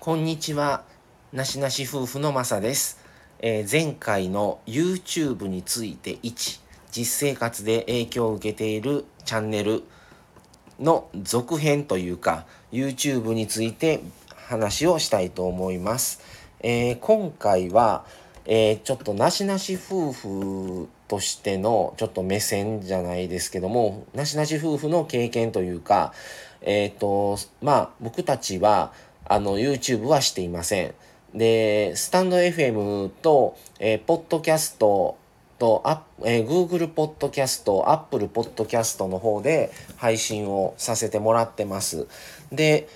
こんにちは。なしなし夫婦のまさです。前回の YouTube について1、実生活で影響を受けているチャンネルの続編というか、YouTube について話をしたいと思います。今回は、ちょっとなしなし夫婦としてのちょっと目線じゃないですけども、なしなし夫婦の経験というか、僕たちはYouTube はしていません。で、スタンド FM と、ポッドキャストと、Google ポッドキャスト、Apple ポッドキャストの方で配信をさせてもらってます。で、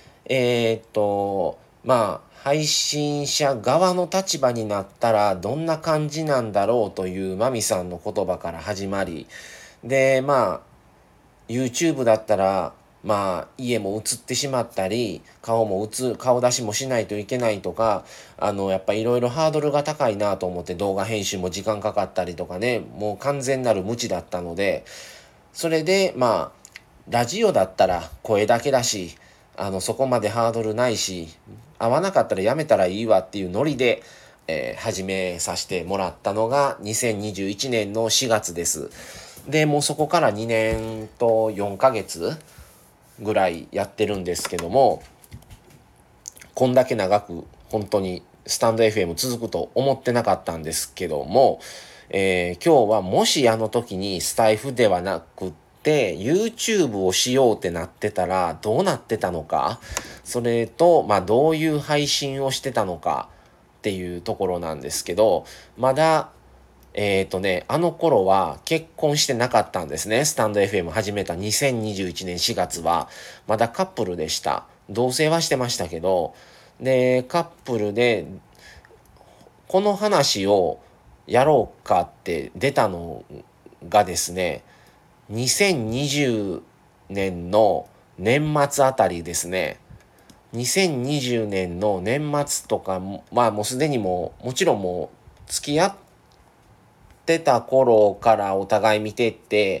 配信者側の立場になったらどんな感じなんだろうというマミさんの言葉から始まり、で、YouTube だったら、家も映ってしまったり、顔出しもしないといけないとか、やっぱいろいろハードルが高いなと思って動画編集も時間かかったりとかね、もう完全なる無知だったので、それで、ラジオだったら声だけだし、そこまでハードルないし、合わなかったらやめたらいいわっていうノリで、始めさせてもらったのが2021年の4月です。で、もうそこから2年と4ヶ月ぐらいやってるんですけども、こんだけ長く本当にスタンド FM 続くと思ってなかったんですけども、今日はもしあの時にスタイフではなくって YouTube をしようってなってたらどうなってたのか、それと、どういう配信をしてたのかっていうところなんですけど、まだあの頃は結婚してなかったんですね。スタンド FM 始めた2021年4月は、まだカップルでした。同棲はしてましたけど、で、カップルで、この話をやろうかって出たのがですね、2020年の年末あたりですね。2020年の年末とか、もうすでにもちろんもう付き合ってた頃からお互い見てって、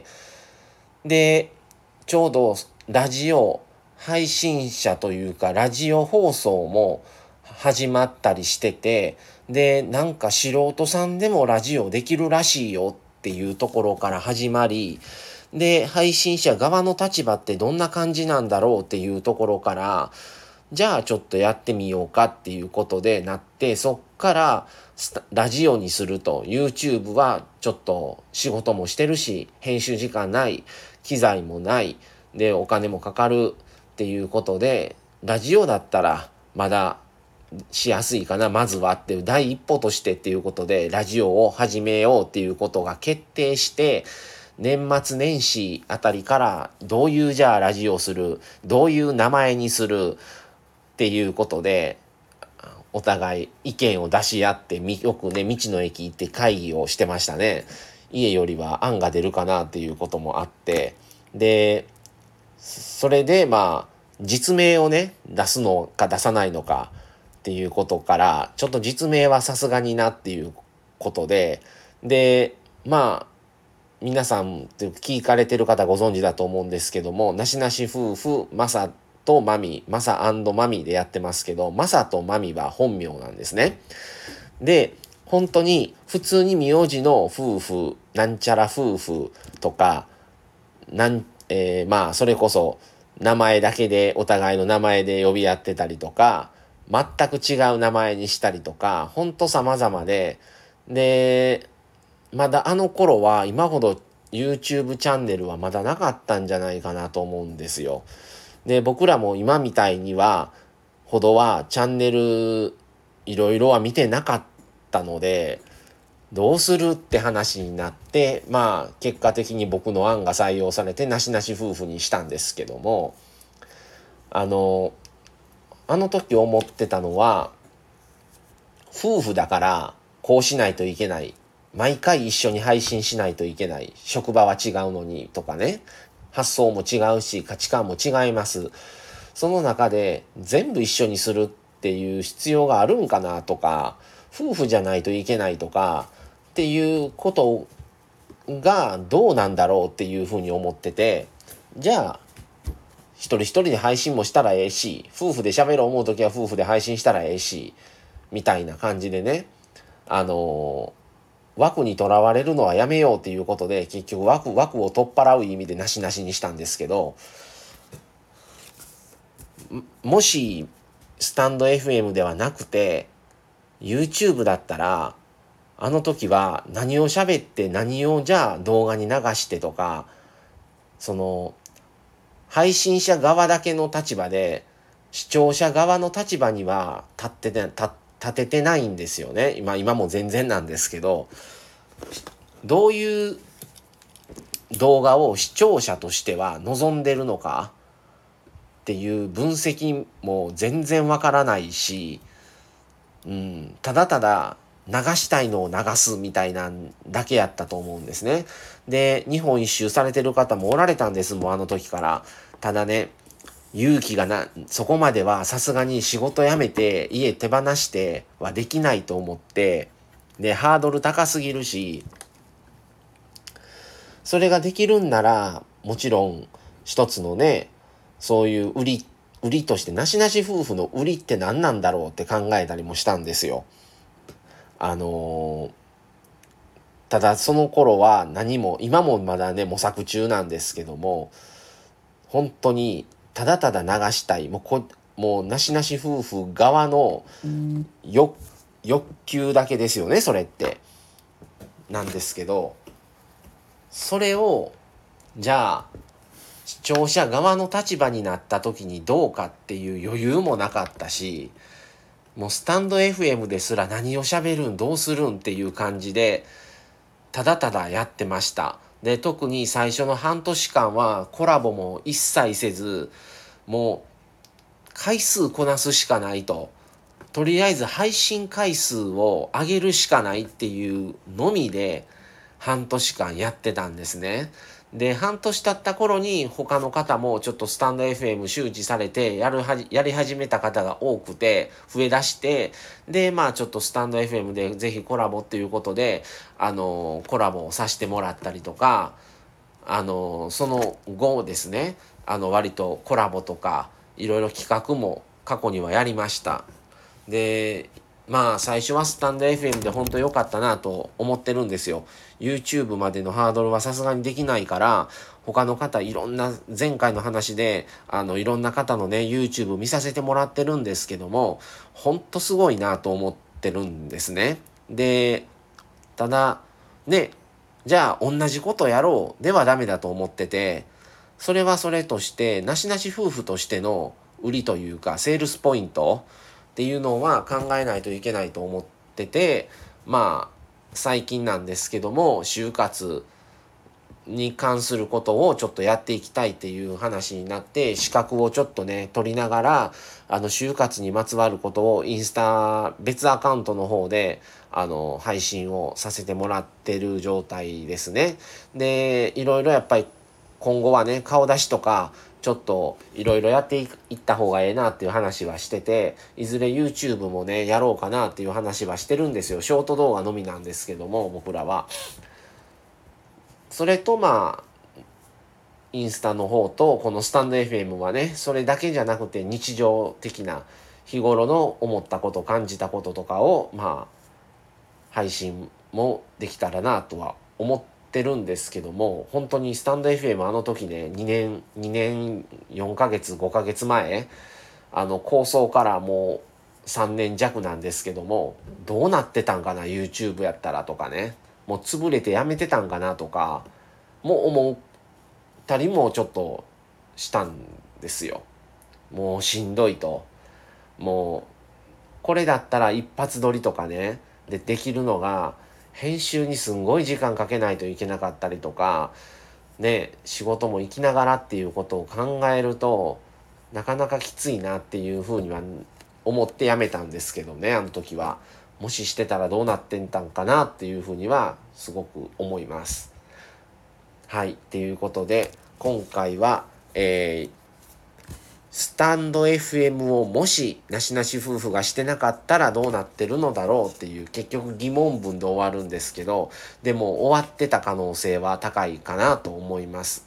で、ちょうどラジオ配信者というかラジオ放送も始まったりしてて、で、なんか素人さんでもラジオできるらしいよっていうところから始まり、で、配信者側の立場ってどんな感じなんだろうっていうところから、じゃあちょっとやってみようかっていうことでなって、そっからラジオにすると、YouTube はちょっと仕事もしてるし、編集時間ない、機材もない、で、お金もかかるっていうことで、ラジオだったらまだしやすいかな、まずはっていう第一歩としてっていうことで、ラジオを始めようっていうことが決定して、年末年始あたりからどういうじゃあラジオする、どういう名前にする、っていうことで、お互い意見を出し合って、よくね、道の駅行って会議をしてましたね。家よりは案が出るかなっていうこともあって、で、それで実名をね、出すのか出さないのかっていうことから、ちょっと実名はさすがになっていうことで、で、皆さん聞かれてる方ご存知だと思うんですけども、なしなし夫婦、マサとマミ、マサマミでやってますけど、マサとマミは本名なんですね。で、本当に普通に名字の夫婦、なんちゃら夫婦とか、それこそ名前だけでお互いの名前で呼び合ってたりとか、全く違う名前にしたりとか、ほんと様々で、で、まだあの頃は今ほど YouTube チャンネルはまだなかったんじゃないかなと思うんですよ。で、僕らも今みたいには、ほどはチャンネルいろいろは見てなかったので、どうするって話になって、結果的に僕の案が採用されてなしなし夫婦にしたんですけども、あの、あの時思ってたのは、夫婦だからこうしないといけない。毎回一緒に配信しないといけない。職場は違うのにとかね。発想も違うし、価値観も違います。その中で全部一緒にするっていう必要があるんかなとか、夫婦じゃないといけないとかっていうことがどうなんだろうっていうふうに思ってて、じゃあ一人一人で配信もしたらええし、夫婦で喋ろう思うときは夫婦で配信したらええし、みたいな感じでね、枠にとらわれるのはやめようっていうことで、結局枠を取っ払う意味でなしなしにしたんですけど、もしスタンド FM ではなくて YouTube だったら、あの時は何を喋って何をじゃあ動画に流してとか、その配信者側だけの立場で視聴者側の立場には立ててないんですよね。今も全然なんですけど、どういう動画を視聴者としては望んでるのかっていう分析も全然わからないし、ただただ流したいのを流すみたいなんだけやったと思うんですね。で、日本一周されてる方もおられたんですもん、あの時から。ただね、勇気がそこまではさすがに仕事辞めて家手放してはできないと思って、で、ハードル高すぎるし、それができるんなら、もちろん一つのね、そういう売りとして、なしなし夫婦の売りって何なんだろうって考えたりもしたんですよ。ただその頃は何も、今もまだね、模索中なんですけども、本当にただただ流したい、もうなしなし夫婦側の欲求だけですよね、それって。なんですけど、それを、じゃあ、視聴者側の立場になった時にどうかっていう余裕もなかったし、もうスタンド FM ですら何を喋るんどうするんっていう感じでただただやってました。で、特に最初の半年間はコラボも一切せず、もう回数こなすしかないと。とりあえず配信回数を上げるしかないっていうのみで半年間やってたんですね。で、半年経った頃に他の方もちょっとスタンド FM 周知されてやり始めた方が多くて増え出して、で、まあちょっとスタンド FM でぜひコラボっていうことで、コラボをさせてもらったりとか、その後ですね、割とコラボとかいろいろ企画も過去にはやりました。で、まあ最初はスタンド FM で本当良かったなと思ってるんですよ。YouTube までのハードルはさすがにできないから、他の方いろんな前回の話でいろんな方のね YouTube 見させてもらってるんですけども、本当すごいなと思ってるんですね。で、ただね、じゃあ同じことやろうではダメだと思ってて、それはそれとしてなしなし夫婦としての売りというかセールスポイントっていうのは考えないといけないと思ってて、まあ最近なんですけども就活に関することをちょっとやっていきたいっていう話になって資格をちょっとね取りながら就活にまつわることをインスタ別アカウントの方で配信をさせてもらってる状態ですね。でいろいろやっぱり今後はね顔出しとかちょっといろいろやっていった方がええなっていう話はしてて、いずれ YouTube もねやろうかなっていう話はしてるんですよ。ショート動画のみなんですけども僕らは。それとまあインスタの方とこのスタンド FM はねそれだけじゃなくて日常的な日頃の思ったこと感じたこととかをまあ配信もできたらなとは思ってるんですけども、本当にスタンド FM あの時ね2年4ヶ月5ヶ月前構想からもう3年弱なんですけども、どうなってたんかな YouTube やったらとかね、もう潰れてやめてたんかなとかも思ったりもちょっとしたんですよ。もうしんどいと。もうこれだったら一発撮りとかねできるのが編集にすんごい時間かけないといけなかったりとかね、仕事も行きながらっていうことを考えるとなかなかきついなっていうふうには思ってやめたんですけどね、あの時は。もししてたらどうなってんたんかなっていうふうにはすごく思います。はい、っていうことで今回は、スタンド FM をもしなしなし夫婦がしてなかったらどうなってるのだろうっていう結局疑問文で終わるんですけど、でも終わってた可能性は高いかなと思います。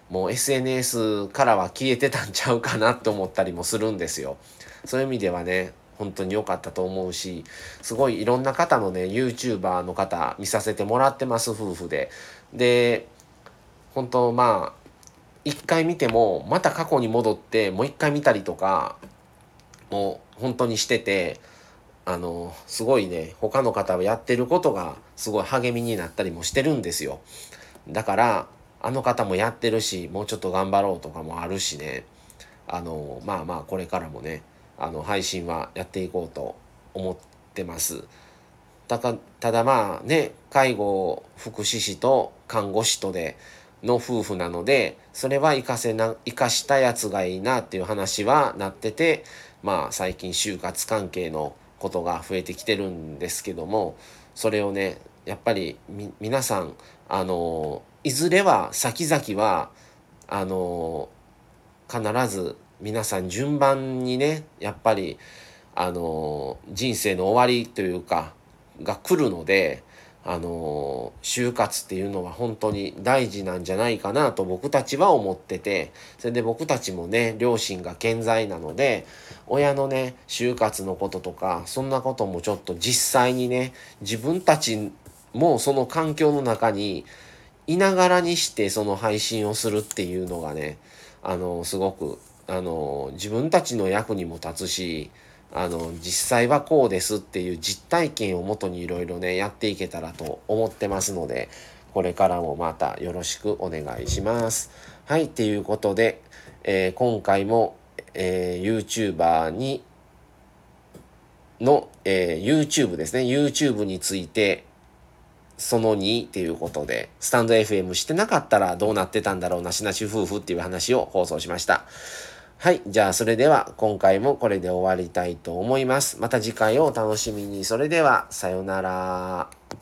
もう SNS からは消えてたんちゃうかなって思ったりもするんですよ。そういう意味ではね、本当に良かったと思うし、すごいいろんな方のね、YouTuber の方見させてもらってます、夫婦で。で、本当まあ、一回見ても、また過去に戻って、もう一回見たりとか、もう本当にしてて、すごいね、他の方はやってることがすごい励みになったりもしてるんですよ。だから、あの方もやってるし、もうちょっと頑張ろうとかもあるしね、まあまあ、これからもね、配信はやっていこうと思ってます。ただまあね、介護福祉士と看護師とでの夫婦なので、それは活かしたやつがいいなっていう話はなってて、まあ最近就活関係のことが増えてきてるんですけども、それをね、やっぱり皆さん、いずれは先々は、あの必ず皆さん順番にね、やっぱり、人生の終わりというか、が来るので、就活っていうのは本当に大事なんじゃないかなと僕たちは思ってて、それで僕たちもね、両親が健在なので、親のね、就活のこととか、そんなこともちょっと実際にね、自分たちもその環境の中にいながらにしてその配信をするっていうのがね、すごく、自分たちの役にも立つし、実際はこうですっていう実体験をもとにいろいろね、やっていけたらと思ってますので、これからもまたよろしくお願いします。はい、っていうことで、今回も、YouTuber の、YouTube ですね。YouTube について、その2っていうことで、スタンド FM してなかったらどうなってたんだろうなしなし夫婦っていう話を放送しました。はい。じゃあ、それでは今回もこれで終わりたいと思います。また次回をお楽しみに。それでは、さようなら。